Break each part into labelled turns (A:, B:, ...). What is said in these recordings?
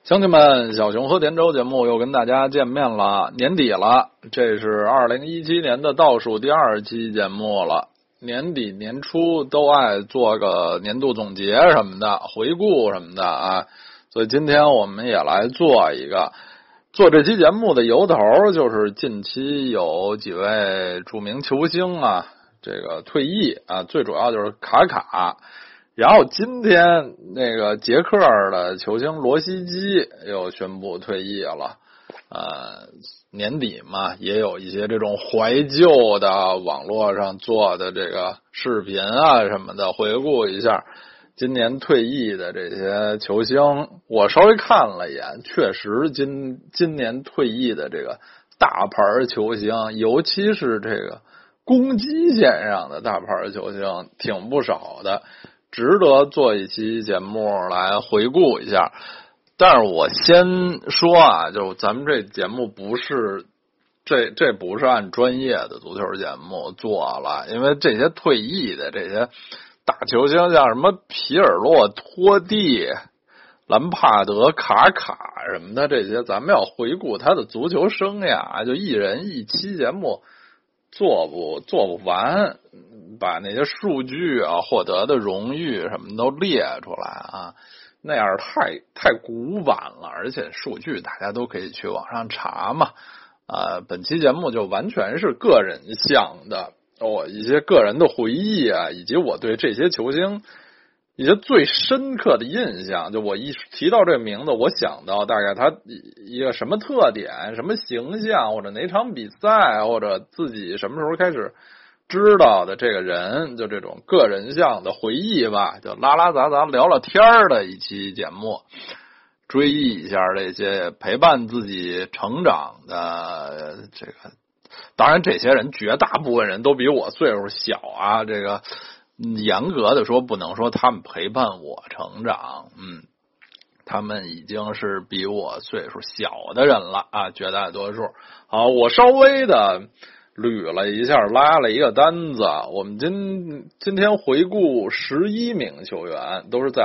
A: 乡亲们，小熊和田周节目又跟大家见面了。年底了，这是2017年的倒数第2期节目了。年底年初都爱做个年度总结什么的，回顾什么的啊，所以今天我们也来做一个。做这期节目的由头就是近期有几位著名球星啊，这个退役啊，最主要就是卡卡。然后今天那个捷克的球星罗西基又宣布退役了，年底嘛，也有一些这种怀旧的网络上做的这个视频啊什么的，回顾一下今年退役的这些球星。我稍微看了一眼，确实今年退役的这个大牌球星，尤其是这个攻击线上的大牌球星挺不少的，值得做一期节目来回顾一下。但是我先说啊，就咱们这节目不是这不是按专业的足球节目做了，因为这些退役的这些大球星，像什么皮尔洛、托蒂、兰帕德、卡卡什么的，这些咱们要回顾他的足球生涯，就一人一期节目做不完，把那些数据啊、获得的荣誉什么都列出来啊，那样太古板了，而且数据大家都可以去网上查嘛。本期节目就完全是个人向的，一些个人的回忆啊，以及我对这些球星一些最深刻的印象。就我一提到这名字，我想到大概他一个什么特点、什么形象，或者哪场比赛，或者自己什么时候开始知道的这个人，就这种个人向的回忆吧，就拉拉杂杂聊聊天的一期节目，追忆一下这些陪伴自己成长的这个。当然这些人绝大部分人都比我岁数小啊，这个严格的说不能说他们陪伴我成长，他们已经是比我岁数小的人了啊，绝大多数。好，我稍微的捋了一下，拉了一个单子。我们今天回顾11名球员，都是在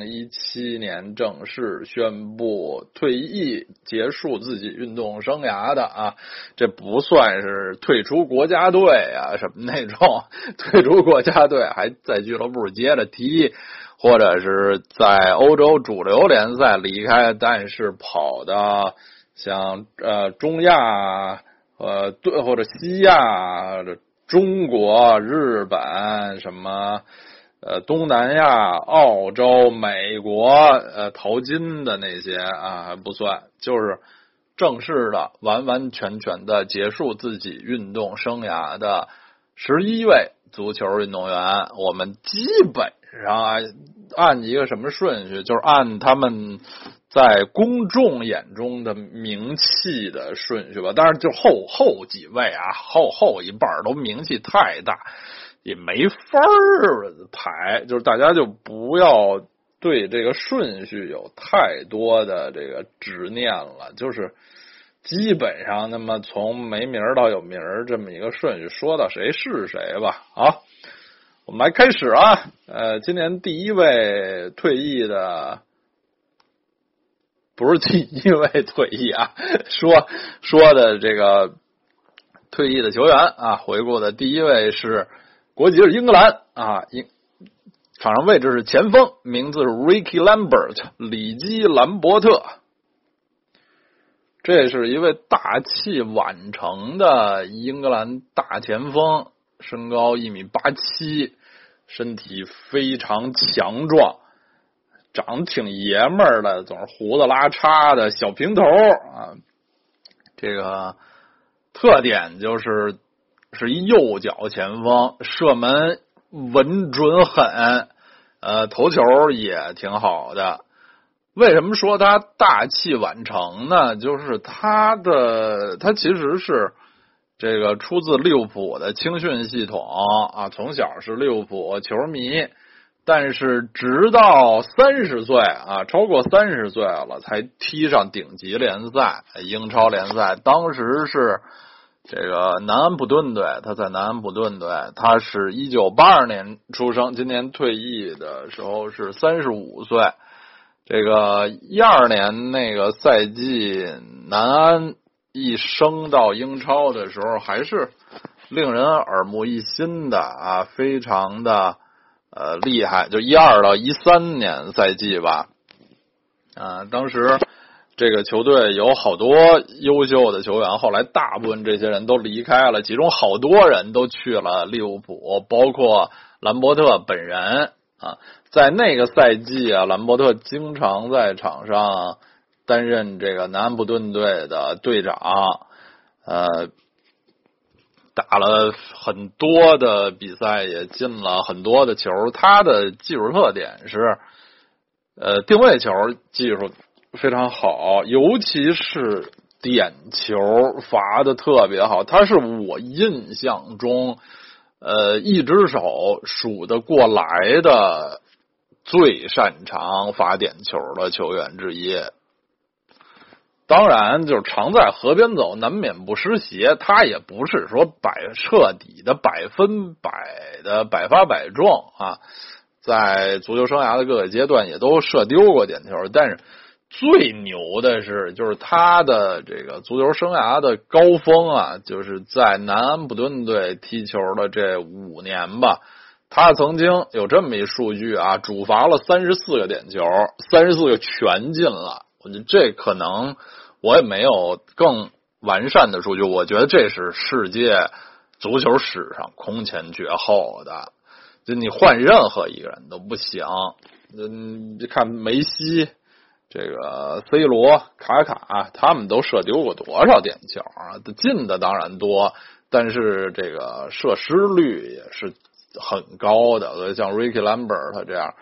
A: 2017年正式宣布退役结束自己运动生涯的啊。这不算是退出国家队啊什么那种，退出国家队还在俱乐部接着踢，或者是在欧洲主流联赛离开，但是跑到像中亚或者西亚、中国、日本什么东南亚、澳洲、美国淘金的那些啊还不算，就是正式的完完全全的结束自己运动生涯的11位足球运动员。我们基本上按一个什么顺序，就是按他们在公众眼中的名气的顺序吧。当然就后几位啊，后一半都名气太大，也没法排，就是大家就不要对这个顺序有太多的这个执念了，就是基本上那么从没名到有名这么一个顺序说到谁是谁吧。好，我们来开始啊。今年第一位退役的，不是第一位退役啊，说的这个退役的球员啊，回顾的第一位是国籍是英格兰啊，场上位置是前锋，名字是 Ricky Lambert 里基兰伯特。这是一位大器晚成的英格兰大前锋，身高1.87米，身体非常强壮，长得挺爷们儿的，总是胡子拉碴的小平头啊。这个特点就是一右脚前锋，射门稳准狠，头球也挺好的。为什么说他大器晚成呢？就是他其实是这个出自利物浦的青训系统啊，从小是利物浦球迷，但是直到30岁啊，超过30岁了才踢上顶级联赛英超联赛。当时是这个南安普顿队，他在南安普顿队，他是1982年出生，今年退役的时候是35岁。 这个12年那个赛季，南安一升到英超的时候，还是令人耳目一新的啊，非常的厉害。就12到13年赛季吧，当时这个球队有好多优秀的球员，后来大部分这些人都离开了，其中好多人都去了利物浦，包括兰伯特本人啊。在那个赛季啊，兰伯特经常在场上担任这个南安普顿队的队长，打了很多的比赛，也进了很多的球。他的技术特点是，定位球技术非常好，尤其是点球罚的特别好。他是我印象中，一只手数得过来的最擅长罚点球的球员之一。当然，就是常在河边走，难免不湿鞋。他也不是说彻底的100%的百发百中啊，在足球生涯的各个阶段也都射丢过点球。但是最牛的是，就是他的这个足球生涯的高峰啊，就是在南安普顿队踢球的这5年吧。他曾经有这么一数据啊，主罚了34个点球，34个全进了。我觉得这可能我也没有更完善的数据，我觉得这是世界足球史上空前绝后的，就你换任何一个人都不行。看梅西、这个 C 罗、卡卡，他们都射丢过多少点球啊？进的当然多，但是这个射失率也是很高的。像 Ricky Lambert 他这样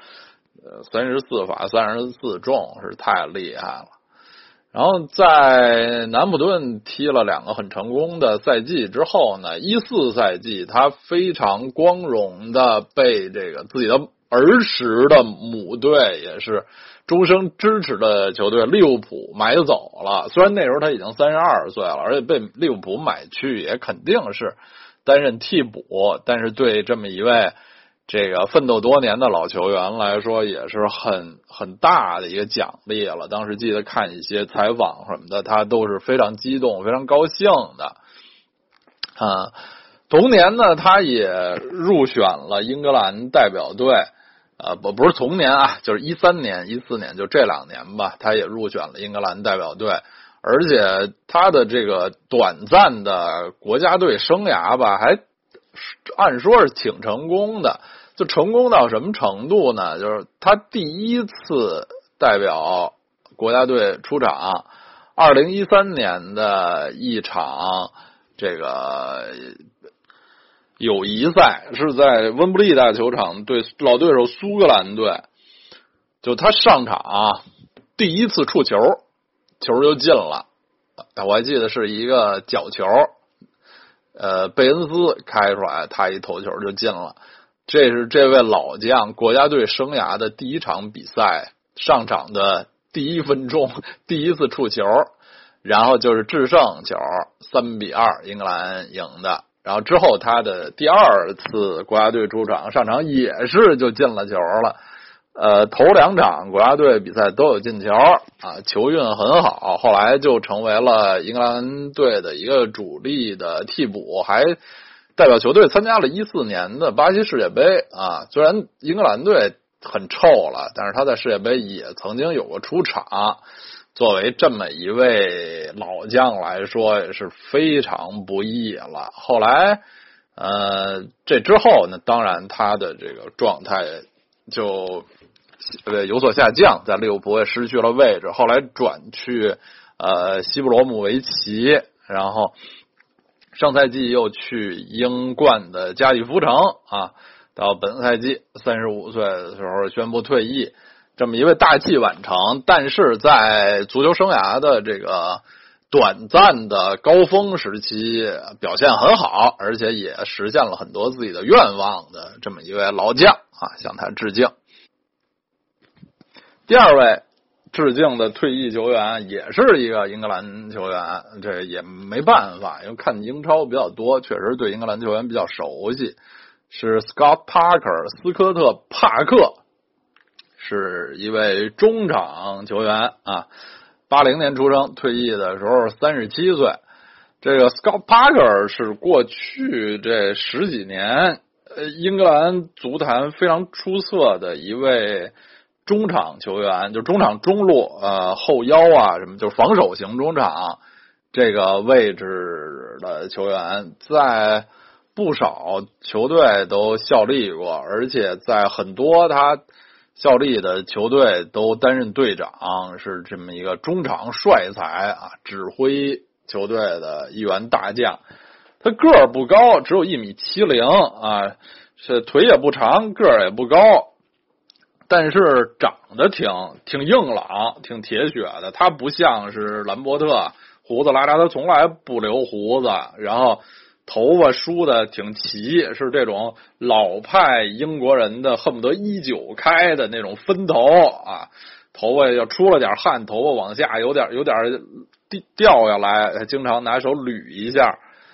A: 34罚34中是太厉害了。然后在南普顿踢了2个很成功的赛季之后呢，14赛季他非常光荣的被这个自己的儿时的母队，也是终生支持的球队利物浦买走了。虽然那时候他已经32岁了，而且被利物浦买去也肯定是担任替补，但是对这么一位这个奋斗多年的老球员来说，也是很大的一个奖励了。当时记得看一些采访什么的，他都是非常激动、非常高兴的。同年呢，他也入选了英格兰代表队。不是同年啊，就是13年、14年，就这2年吧，他也入选了英格兰代表队。而且他的这个短暂的国家队生涯吧，还按说是挺成功的。就成功到什么程度呢？就是他第一次代表国家队出场，2013年的一场这个友谊赛，是在温布利大球场对老对手苏格兰队。就他上场第一次触球，球就进了。我还记得是一个角球，贝恩斯开出来，他一头球就进了。这是这位老将国家队生涯的第一场比赛，上场的第1分钟第一次触球，然后就是制胜球，3-2英格兰赢的。然后之后他的第2次国家队出场，上场也是就进了球了。头2场国家队比赛都有进球啊，球运很好。后来就成为了英格兰队的一个主力的替补，还代表球队参加了14年的巴西世界杯啊。虽然英格兰队很臭了，但是他在世界杯也曾经有过出场。作为这么一位老将来说，也是非常不易了。后来这之后呢，当然他的这个状态就有所下降，在利物浦也失去了位置。后来转去西布罗姆维奇，然后上赛季又去英冠的加利福城啊，到本赛季35岁的时候宣布退役。这么一位大器晚成，但是在足球生涯的这个短暂的高峰时期表现很好，而且也实现了很多自己的愿望的这么一位老将啊，向他致敬。第2位致敬的退役球员也是一个英格兰球员，这也没办法，因为看英超比较多，确实对英格兰球员比较熟悉，是 Scott Parker 斯科特·帕克。 是一位中场球员啊，80年出生，退役的时候37岁。这个 Scott Parker 是过去这10几年英格兰足坛非常出色的一位中场球员，就中场中路后腰啊什么，就是防守型中场这个位置的球员，在不少球队都效力过，而且在很多他效力的球队都担任队长，是这么一个中场帅才啊，指挥球队的一员大将。他个儿不高，只有1.70米啊，是腿也不长，个儿也不高，但是长得挺硬朗，挺铁血的。他不像是兰伯特胡子拉碴，他从来不留胡子，然后头发梳的挺齐，是这种老派英国人的恨不得19开的那种分头啊，头发要出了点汗，头发往下有点掉下来，经常拿手捋一下。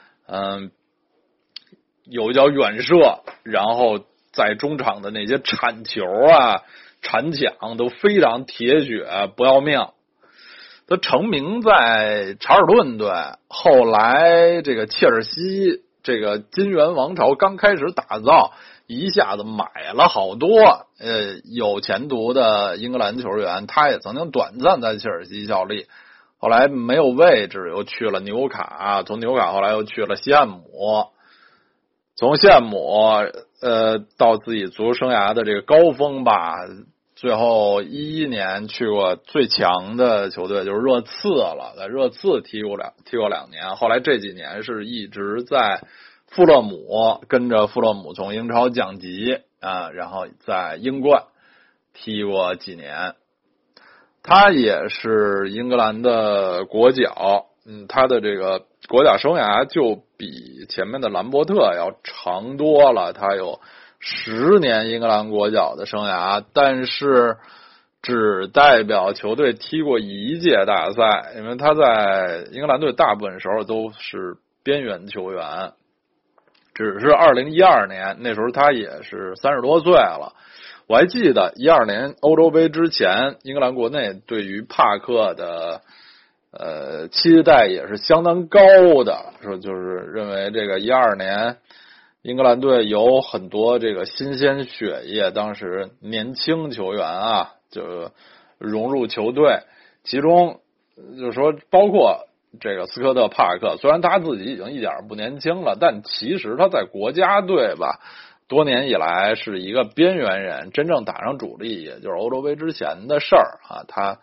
A: 有一脚远射，然后在中场的那些铲球啊、铲抢都非常铁血，不要命。他成名在查尔顿队，后来这个切尔西这个金元王朝刚开始打造，一下子买了好多有前途的英格兰球员，他也曾经短暂在切尔西效力，后来没有位置，又去了纽卡，从纽卡后来又去了西汉姆，从西汉姆到自己足球生涯的这个高峰吧，最后11年去过最强的球队就是热刺了，在热刺踢过2年，后来这几年是一直在富勒姆，跟着富勒姆从英超降级啊，然后在英冠踢过几年。他也是英格兰的国脚，他的这个国脚生涯就比前面的兰伯特要长多了，他有10年英格兰国脚的生涯，但是只代表球队踢过1届大赛，因为他在英格兰队大部分时候都是边缘球员，只是2012年那时候他也是30多岁了。我还记得12年欧洲杯之前，英格兰国内对于帕克的期待也是相当高的，说就是认为这个12年英格兰队有很多这个新鲜血液，当时年轻球员啊就融入球队，其中就是说包括这个斯科特帕克，虽然他自己已经一点不年轻了，但其实他在国家队吧多年以来是一个边缘人，真正打上主力也就是欧洲杯之前的事儿啊。他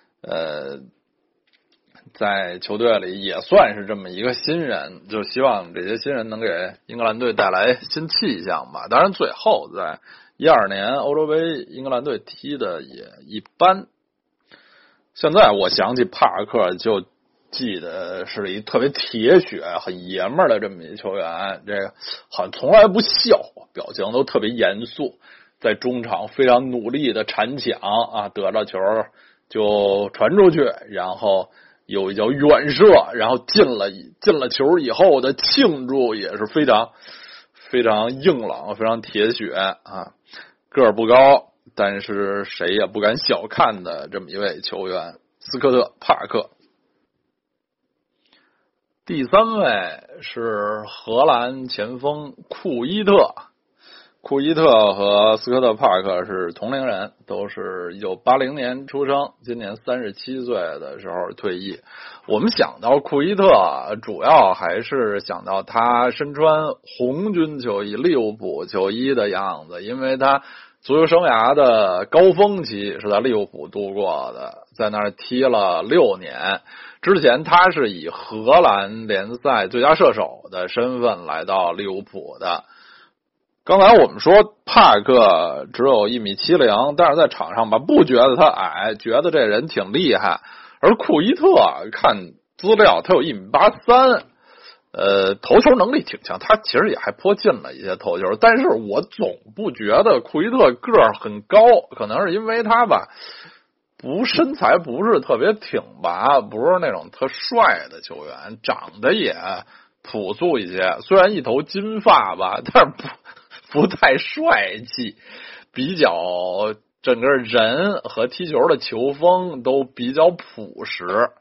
A: 在球队里也算是这么一个新人，就希望这些新人能给英格兰队带来新气象吧。当然最后在12年欧洲杯英格兰队踢的也一般。现在我想起帕克就记得是一特别铁血很爷们儿的这么一球员，这个好像从来不笑，表情都特别严肃，在中场非常努力的铲抢啊，得到球就传出去，然后有一脚远射，然后进了球以后的庆祝也是非常非常硬朗，非常铁血啊，个儿不高，但是谁也不敢小看的这么一位球员斯科特帕克。第3位是荷兰前锋库伊特。库伊特和斯科特帕克是同龄人，都是1980年出生，今年37岁的时候退役。我们想到库伊特主要还是想到他身穿红军球衣利物浦球衣的样子，因为他足球生涯的高峰期是在利物浦度过的，在那儿踢了6年。之前他是以荷兰联赛最佳射手的身份来到利物浦的。刚才我们说帕克只有1.70米，但是在场上吧不觉得他矮，觉得这人挺厉害。而库伊特看资料他有1.83米，头球能力挺强，他其实也还颇进了一些头球，但是我总不觉得库伊特个儿很高，可能是因为他吧身材不是特别挺拔，不是那种特帅的球员，长得也朴素一些，虽然一头金发吧，但是不太帅气，比较整个人和踢球的球风都比较朴实。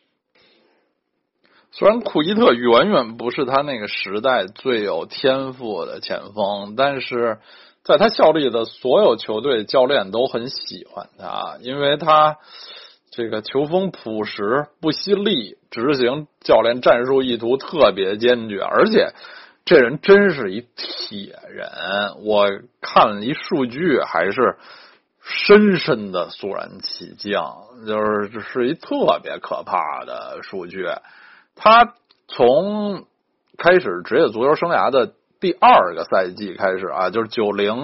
A: 虽然库伊特远远不是他那个时代最有天赋的前锋，但是在他效力的所有球队教练都很喜欢他，因为他这个球风朴实不犀利，执行教练战术意图特别坚决，而且这人真是一铁人。我看了一数据，还是深深的肃然起敬，就是一特别可怕的数据。他从开始职业足球生涯的第2个赛季开始啊，就是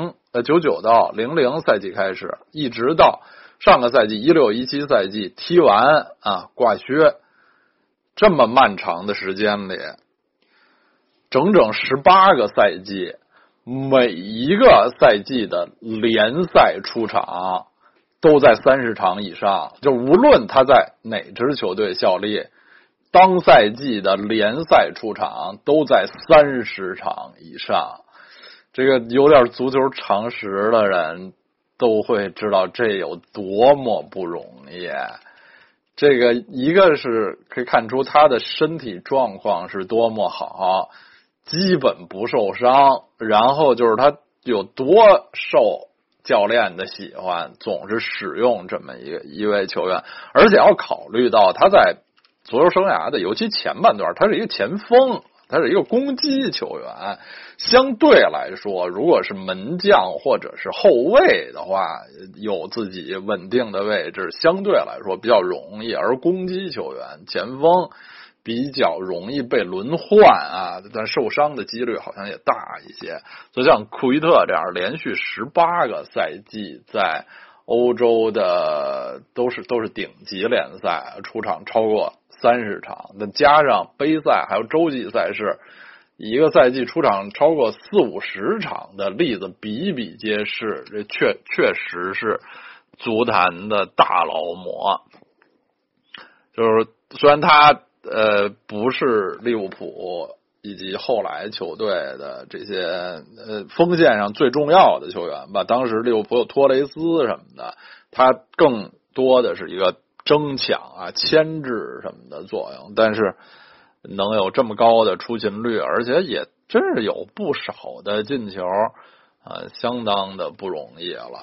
A: 99到00赛季开始，一直到上个赛季16-17赛季踢完啊挂靴，这么漫长的时间里，整整18个赛季，每一个赛季的联赛出场都在30场以上，就无论他在哪支球队效力，当赛季的联赛出场都在30场以上。这个有点足球常识的人都会知道这有多么不容易。这个一个是可以看出他的身体状况是多么好，基本不受伤，然后就是他有多受教练的喜欢，总是使用这么一位球员，而且要考虑到他在足球生涯的尤其前半段，他是一个前锋，他是一个攻击球员，相对来说如果是门将或者是后卫的话，有自己稳定的位置相对来说比较容易，而攻击球员前锋比较容易被轮换啊，但受伤的几率好像也大一些。所以像库伊特这样连续18个赛季在欧洲的都是顶级联赛出场超过30场，那加上杯赛还有洲际赛事，一个赛季出场超过40-50场的例子比比皆是，这确实是足坛的大劳模。就是虽然他不是利物浦以及后来球队的这些锋线上最重要的球员吧，当时利物浦有托雷斯什么的，他更多的是一个争抢啊牵制什么的作用，但是能有这么高的出勤率，而且也真是有不少的进球相当的不容易了。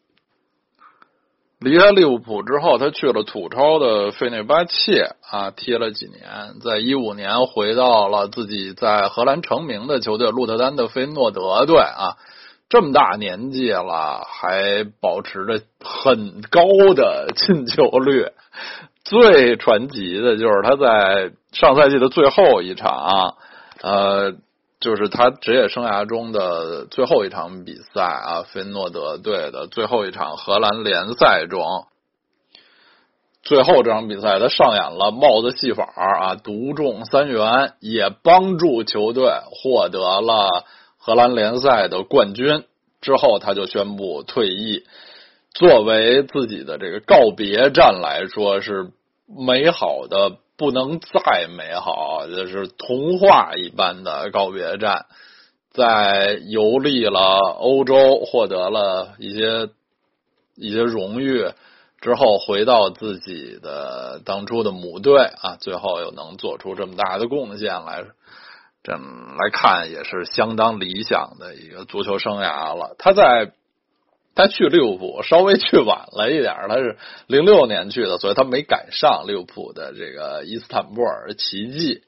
A: 离开利物浦之后，他去了土超的费内巴切啊，踢了几年，在15年回到了自己在荷兰成名的球队鹿特丹的费诺德队啊。这么大年纪了，还保持着很高的进球率。最传奇的就是他在上赛季的最后一场，就是他职业生涯中的最后一场比赛啊，费诺德队的最后一场荷兰联赛中，最后这场比赛他上演了帽子戏法啊，独中3元，也帮助球队获得了荷兰联赛的冠军。之后他就宣布退役，作为自己的这个告别战来说，是美好的不能再美好，就是童话一般的告别战。在游历了欧洲，获得了一些荣誉之后，回到自己的当初的母队啊，最后又能做出这么大的贡献来看，也是相当理想的一个足球生涯了。他去利物浦稍微去晚了一点，他是06年去的，所以他没赶上利物浦的这个伊斯坦布尔奇迹。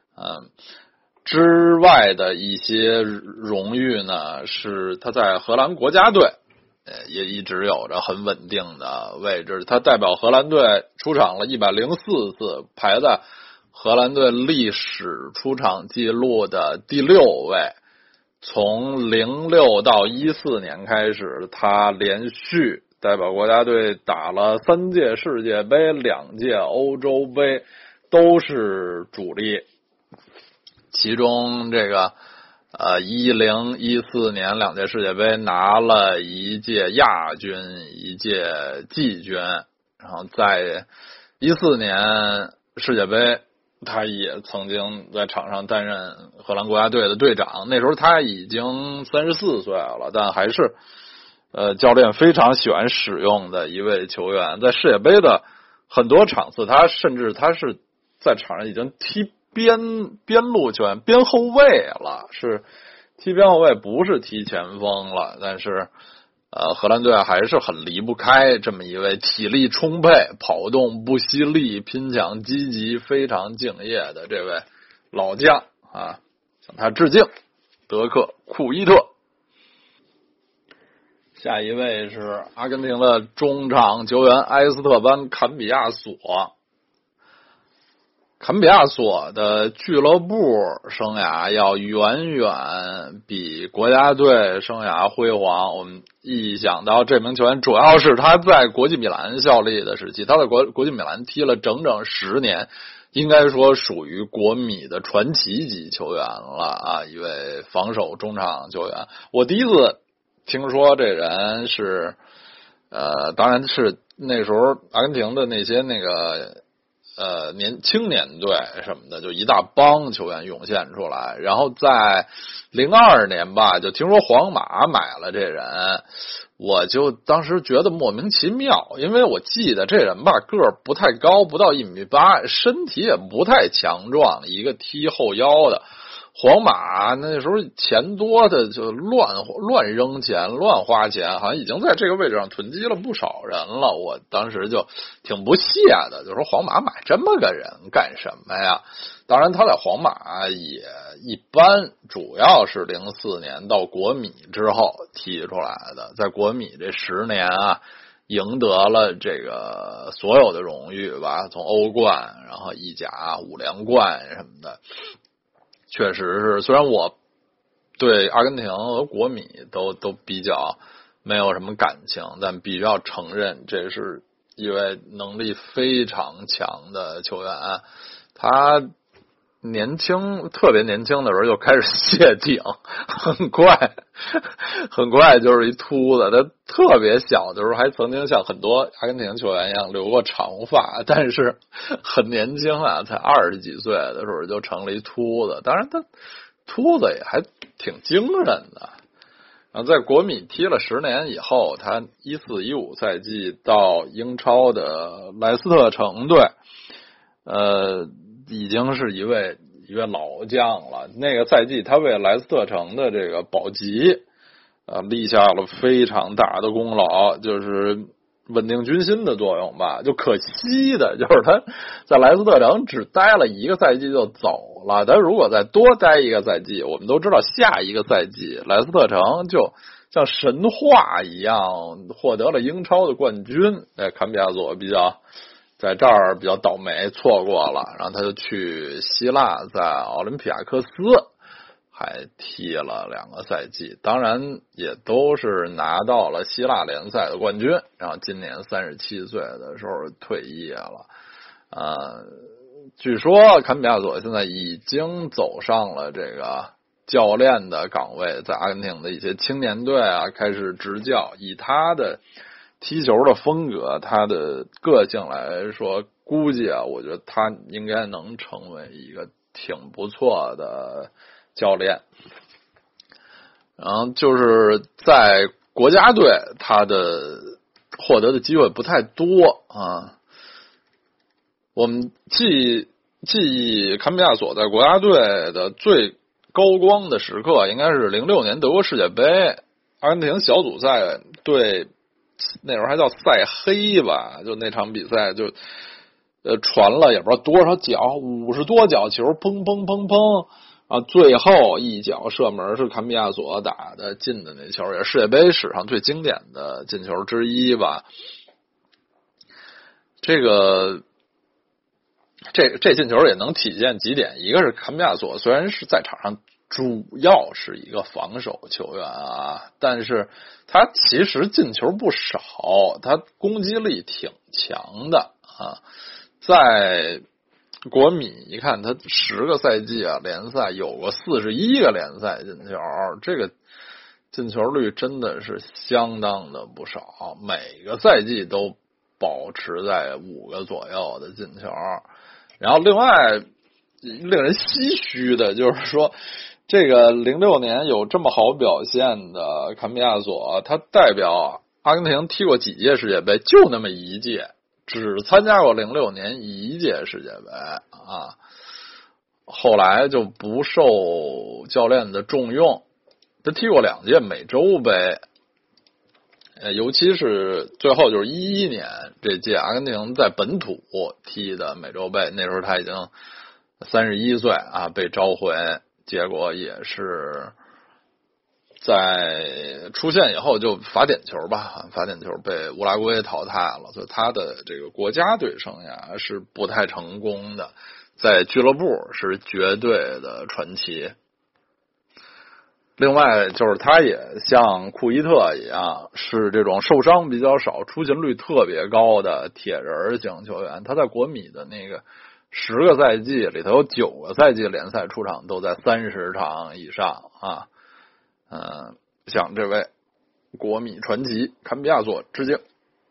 A: 之外的一些荣誉呢，是他在荷兰国家队也一直有着很稳定的位置。他代表荷兰队出场了104次，排在荷兰队历史出场记录的第6位。从06到14年开始，他连续代表国家队打了3届世界杯、2届欧洲杯，都是主力。其中这个10、14年2届世界杯拿了1届亚军、1届季军，然后在14年世界杯他也曾经在场上担任荷兰国家队的队长，那时候他已经34岁了，但还是教练非常喜欢使用的一位球员，在世界杯的很多场次，他甚至是在场上已经踢边路球员、边后卫了，是踢边后卫，不是踢前锋了。但是，荷兰队还是很离不开这么一位体力充沛、跑动不惜力、拼抢积极、非常敬业的这位老将啊，向他致敬，德克库伊特。下一位是阿根廷的中场球员埃斯特班·坎比亚索。坎比亚索的俱乐部生涯要远远比国家队生涯辉煌。我们一想到这名球员，主要是他在国际米兰效力的时期，他在国际米兰踢了整整10年，应该说属于国米的传奇级球员了啊！一位防守中场球员。我第一次听说这人是，当然是那时候阿根廷的那些那个青年队什么的，就一大帮球员涌现出来。然后在02年吧，就听说皇马买了这人，我就当时觉得莫名其妙，因为我记得这人吧个儿不太高，不到1.8米，身体也不太强壮，一个踢后腰的。皇马那时候钱多的就乱扔钱、乱花钱，好像已经在这个位置上囤积了不少人了。我当时就挺不屑的，就说皇马买这么个人干什么呀？当然他在皇马也一般，主要是04年到国米之后踢出来的。在国米这10年啊，赢得了这个所有的荣誉吧，从欧冠，然后意甲、5连冠什么的。确实是，虽然我对阿根廷和国米都比较没有什么感情，但必须要承认，这是一位能力非常强的球员。他特别年轻的时候就开始卸顶，很快就是一秃子。他特别小的时候还曾经像很多阿根廷球员一样留过长发，但是很年轻啊，才20几岁的时候就成了一秃子。当然他秃子也还挺精神的。然后在国米踢了10年以后，他14-15赛季到英超的莱斯特城队，已经是一位老将了。那个赛季他为莱斯特城的这个保级立下了非常大的功劳，就是稳定军心的作用吧。就可惜的就是他在莱斯特城只待了1个赛季就走了，他如果再多待1个赛季，我们都知道下一个赛季莱斯特城就像神话一样获得了英超的冠军。坎比亚索在这儿比较倒霉，错过了，然后他就去希腊，在奥林匹亚科斯还踢了2个赛季，当然也都是拿到了希腊联赛的冠军，然后今年37岁的时候退役了。据说坎比亚索现在已经走上了这个教练的岗位，在阿根廷的一些青年队啊开始执教。以他的踢球的风格，他的个性来说，估计啊，我觉得他应该能成为一个挺不错的教练。然后就是在国家队，他的获得的机会不太多啊。我们记忆坎比亚索在国家队的最高光的时刻，应该是06年德国世界杯，阿根廷小组赛对那时候还叫赛黑吧，就那场比赛就传了也不知道多少脚，50多脚球，砰砰砰砰啊！最后一脚射门是坎比亚索打的进的那球，也是世界杯史上最经典的进球之一吧。这进球也能体现几点，一个是坎比亚索虽然是在场上主要是一个防守球员啊，但是他其实进球不少，他攻击力挺强的啊。在国米一看，他10个赛季啊联赛有过41个联赛进球，这个进球率真的是相当的不少，每个赛季都保持在5个左右的进球。然后另外令人唏嘘的，就是说这个06年有这么好表现的坎比亚索，他代表阿根廷踢过几届世界杯，就那么一届，只参加过06年一届世界杯啊。后来就不受教练的重用，他踢过2届美洲杯，尤其是最后就是11年这届阿根廷在本土踢的美洲杯，那时候他已经31岁啊，被召回，结果也是在出现以后就罚点球吧，罚点球被乌拉圭淘汰了，所以他的这个国家队生涯是不太成功的，在俱乐部是绝对的传奇。另外就是他也像库伊特一样，是这种受伤比较少、出勤率特别高的铁人型球员。他在国米的那个10个赛季里头有9个赛季联赛出场都在30场以上啊。向这位国米传奇坎比亚索致敬。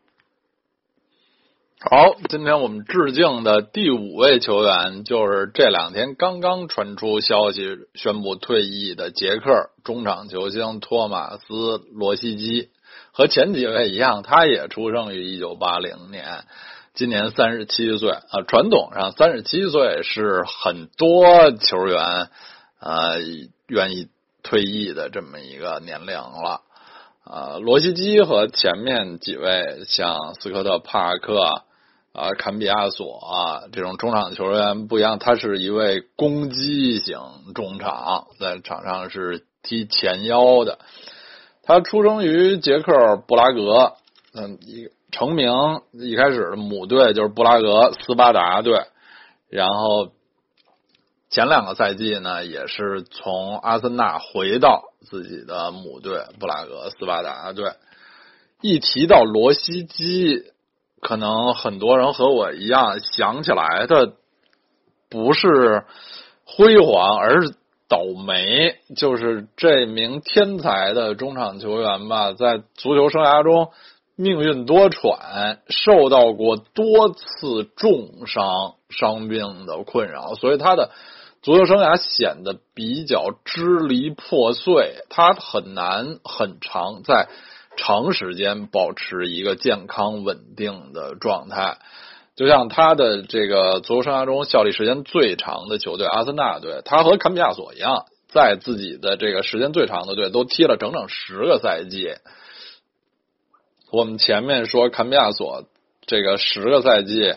A: 好，今天我们致敬的第5位球员就是这2天刚刚传出消息宣布退役的捷克中场球星托马斯·罗西基。和前几位一样，他也出生于1980年，今年37岁啊。传统上37岁是很多球员愿意退役的这么一个年龄了。罗西基和前面几位像斯科特·帕克坎比亚索这种中场球员不一样，他是一位攻击型中场，在场上是踢前腰的。他出生于捷克布拉格，成名一开始的母队就是布拉格斯巴达队，然后前2个赛季呢也是从阿森纳回到自己的母队布拉格斯巴达队。一提到罗西基，可能很多人和我一样想起来的不是辉煌，而是倒霉。就是这名天才的中场球员吧，在足球生涯中命运多舛，受到过多次重伤病的困扰，所以他的足球生涯显得比较支离破碎，他很难很长在长时间保持一个健康稳定的状态。就像他的这个足球生涯中效力时间最长的球队阿森纳队，他和坎比亚索一样，在自己的这个时间最长的队都踢了整整10个赛季。我们前面说坎比亚索这个10个赛季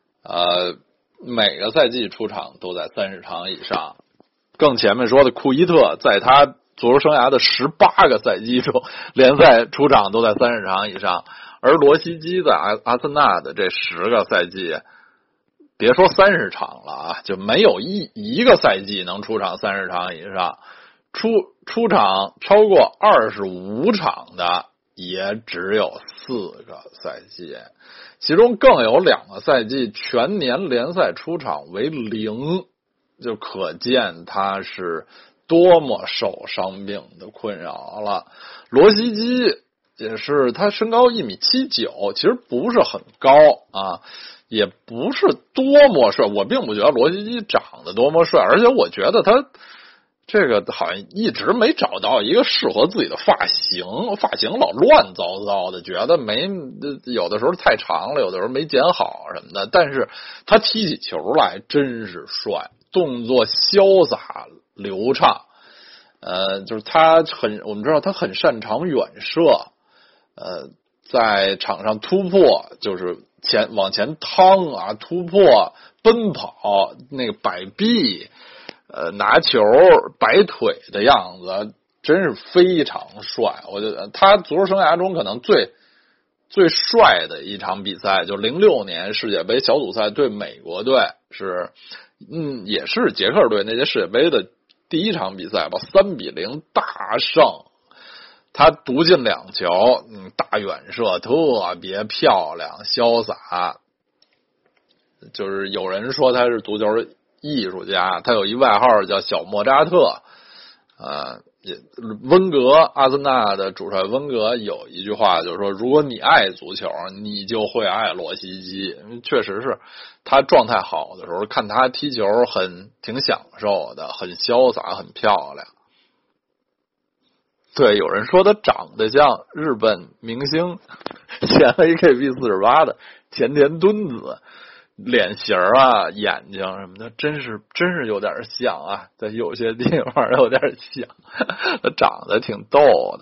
A: 每个赛季出场都在30场以上，更前面说的库伊特在他足球生涯的18个赛季中联赛出场都在30场以上，而罗西基在阿森纳的这10个赛季别说30场了就没有一个赛季能出场30场以上，出场超过25场的也只有4个赛季，其中更有2个赛季全年联赛出场为0，就可见他是多么受伤病的困扰了。罗西基也是，他身高1.79米，其实不是很高也不是多么帅，我并不觉得罗西基长得多么帅，而且我觉得他这个好像一直没找到一个适合自己的发型老乱糟糟的，觉得有的时候太长了，有的时候没剪好什么的。但是他踢起球来真是帅，动作潇洒流畅。就是我们知道他很擅长远射，在场上突破，就是往前趟突破奔跑，那个摆臂。拿球摆腿的样子真是非常帅。我觉得他足球生涯中可能最帅的一场比赛就06年世界杯小组赛对美国队，也是捷克队那届世界杯的第1场比赛吧，3-0大胜。他独进2球，大远射特别漂亮潇洒，就是有人说他是足球艺术家，他有一外号叫小莫扎特， 温格，阿森纳的主帅温格有一句话，就是说，如果你爱足球，你就会爱罗西基。确实是，他状态好的时候，看他踢球挺享受的，很潇洒，很漂亮。对，有人说他长得像日本明星前 AKB48 的前田敦子，脸型啊、眼睛什么的，真是有点像啊，在有些地方有点像，他长得挺逗的。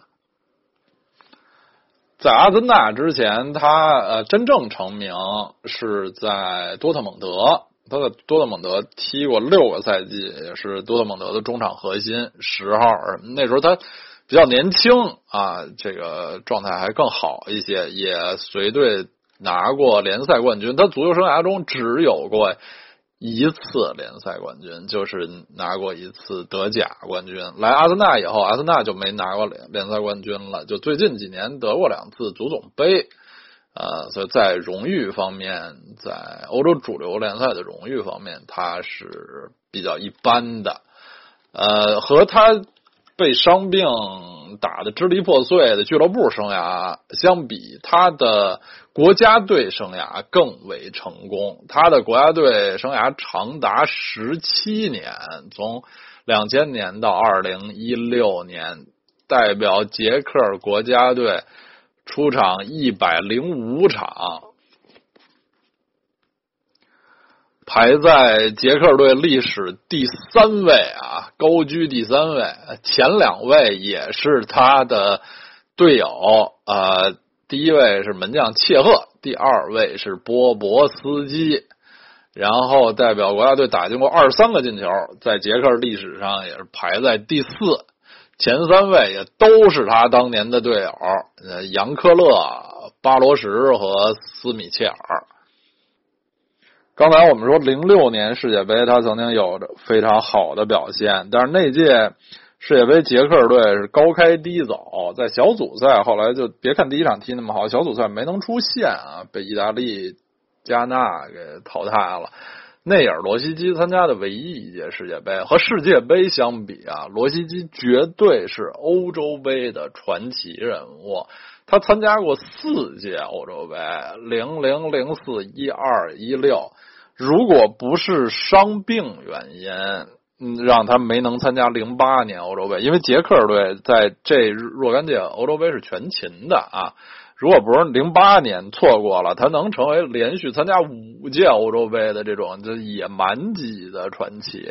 A: 在阿森纳之前，他真正成名是在多特蒙德，他在多特蒙德踢过6个赛季，也是多特蒙德的中场核心10号。那时候他比较年轻啊，这个状态还更好一些，也随队拿过联赛冠军。他足球生涯中只有过1次联赛冠军，就是拿过1次德甲冠军。来阿森纳以后，阿森纳就没拿过联赛冠军了，就最近几年得过2次足总杯。所以在荣誉方面，在欧洲主流联赛的荣誉方面，他是比较一般的。和他被伤病打得支离破碎的俱乐部生涯相比，他的国家队生涯更为成功。他的国家队生涯长达17年，从2000年到2016年，代表捷克国家队出场105场，排在捷克队历史第3位啊，高居第3位。前2位也是他的队友，第1位是门将切赫，第2位是波博斯基。然后代表国家队打进过23个进球，在捷克历史上也是排在第4。前3位也都是他当年的队友，扬科勒、巴罗什和斯米切尔。刚才我们说06年世界杯他曾经有着非常好的表现，但是那届世界杯捷克队是高开低走，在小组赛后来就别看第一场踢那么好，小组赛没能出线啊，被意大利加纳给淘汰了。那也是罗西基参加的唯一一届世界杯，和世界杯相比啊，罗西基绝对是欧洲杯的传奇人物。他参加过4届欧洲杯，00、04、12、16。如果不是伤病原因，让他没能参加08年欧洲杯，因为捷克队在这若干届欧洲杯是全勤的啊。如果不是08年错过了，他能成为连续参加5届欧洲杯的这种这野蛮级的传奇。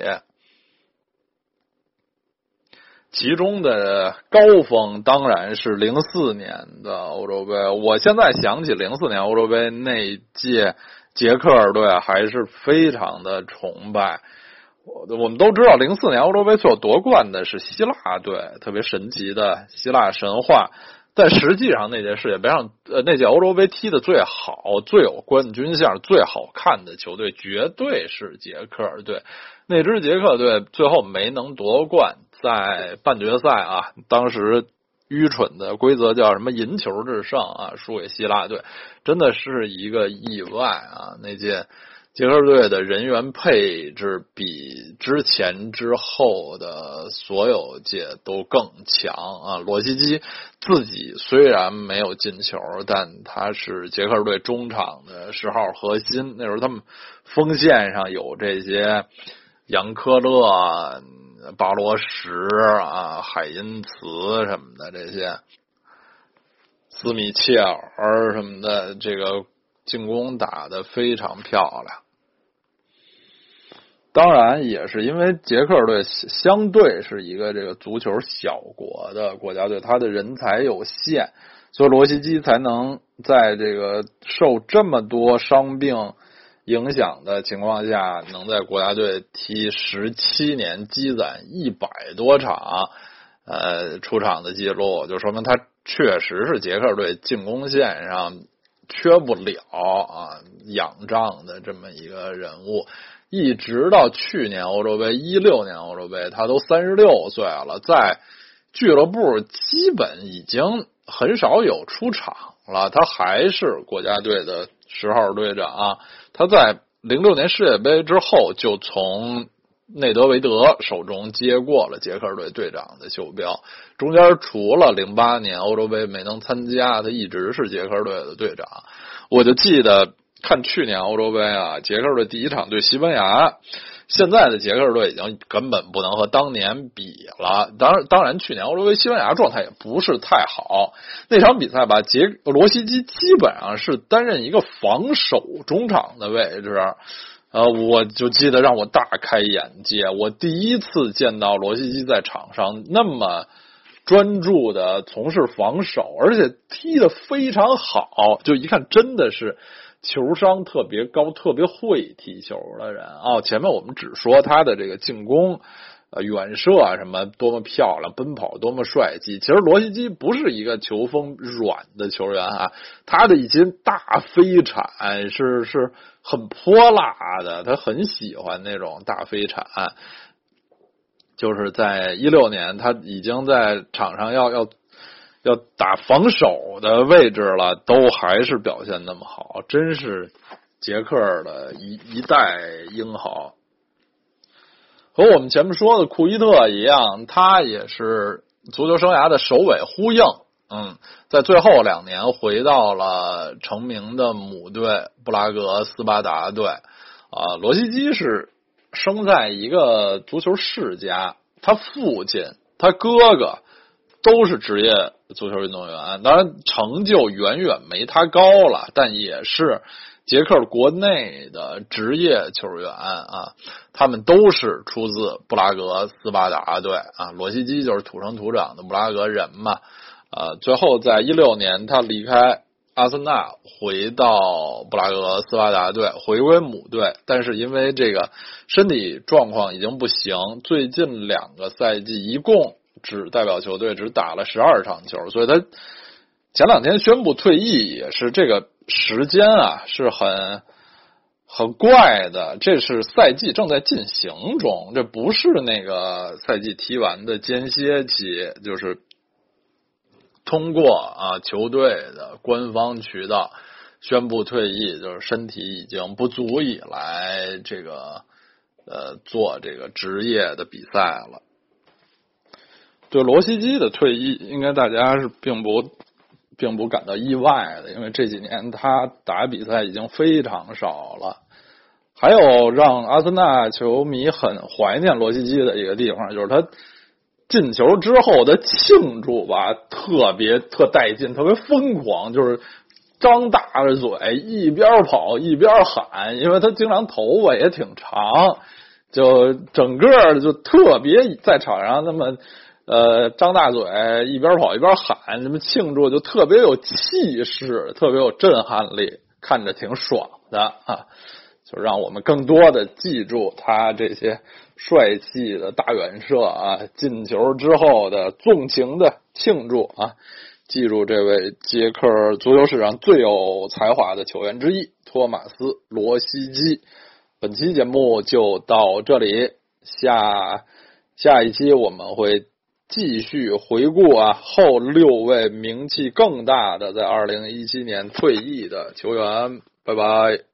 A: 其中的高峰当然是04年的欧洲杯。我现在想起04年欧洲杯那届捷克队还是非常的崇拜。我们都知道04年欧洲杯最后夺冠的是希腊队，特别神奇的希腊神话。但实际上那届世界杯上那届欧洲杯踢的最好、最有冠军相、最好看的球队绝对是捷克队。那支捷克队最后没能夺冠，在半决赛啊，当时愚蠢的规则叫什么银球制胜啊，输给希腊队，真的是一个意外啊。那届捷克队的人员配置比之前之后的所有届都更强啊！罗西基自己虽然没有进球，但他是捷克队中场的10号核心。那时候他们锋线上有这些扬科勒、巴罗什啊、海因茨什么的，这些斯米切尔什么的，这个进攻打得非常漂亮。当然也是因为捷克队相对是一个这个足球小国的国家队，他的人才有限，所以罗西基才能在这个受这么多伤病影响的情况下，能在国家队踢17年，积攒100多场出场的记录，就说明他确实是捷克队进攻线上缺不了啊仰仗的这么一个人物。一直到去年欧洲杯16年欧洲杯，他都36岁了，在俱乐部基本已经很少有出场了，他还是国家队的10号队长啊。他在06年世界杯之后就从内德维德手中接过了捷克队队长的袖标。中间除了08年欧洲杯没能参加，他一直是捷克队的队长。我就记得看去年欧洲杯啊，捷克队第一场对西班牙，现在的捷克队已经根本不能和当年比了。当然去年欧洲杯西班牙状态也不是太好，那场比赛吧，罗西基基本上是担任一个防守中场的位置。我就记得让我大开眼界，我第一次见到罗西基在场上那么专注的从事防守，而且踢得非常好，就一看真的是球商特别高，特别会踢球的人啊。前面我们只说他的这个进攻远射啊什么多么漂亮，奔跑多么帅气，其实罗西基不是一个球风软的球员啊，他的一些大飞铲是很泼辣的，他很喜欢那种大飞铲。就是在16年他已经在场上要打防守的位置了，都还是表现那么好，真是捷克的一代英豪。和我们前面说的库伊特一样，他也是足球生涯的首尾呼应。在最后2年回到了成名的母队布拉格斯巴达队。罗西基是生在一个足球世家，他父亲他哥哥都是职业足球运动员，当然成就远远没他高了，但也是捷克国内的职业球员啊，他们都是出自布拉格斯巴达队啊。罗西基就是土生土长的布拉格人嘛。最后在16年他离开阿森纳，回到布拉格斯巴达队，回归母队，但是因为这个身体状况已经不行，最近2个赛季一共只代表球队只打了12场球，所以他前2天宣布退役，也是这个时间啊是很怪的，这是赛季正在进行中，这不是那个赛季踢完的间歇期，就是通过球队的官方渠道宣布退役，就是身体已经不足以来这个做这个职业的比赛了。对罗西基的退役，应该大家是并不感到意外的，因为这几年他打比赛已经非常少了。还有让阿森纳球迷很怀念罗西基的一个地方，就是他进球之后的庆祝吧，特带劲，特别疯狂，就是张大着嘴一边跑一边喊，因为他经常头发也挺长，就整个就特别在场上那么张大嘴一边跑一边喊，什么庆祝就特别有气势，特别有震撼力，看着挺爽的啊。就让我们更多的记住他这些帅气的大远射啊，进球之后的纵情的庆祝啊，记住这位捷克足球史上最有才华的球员之一托马斯·罗西基。本期节目就到这里，下一期我们会继续回顾后6位名气更大的在2017年退役的球员。拜拜。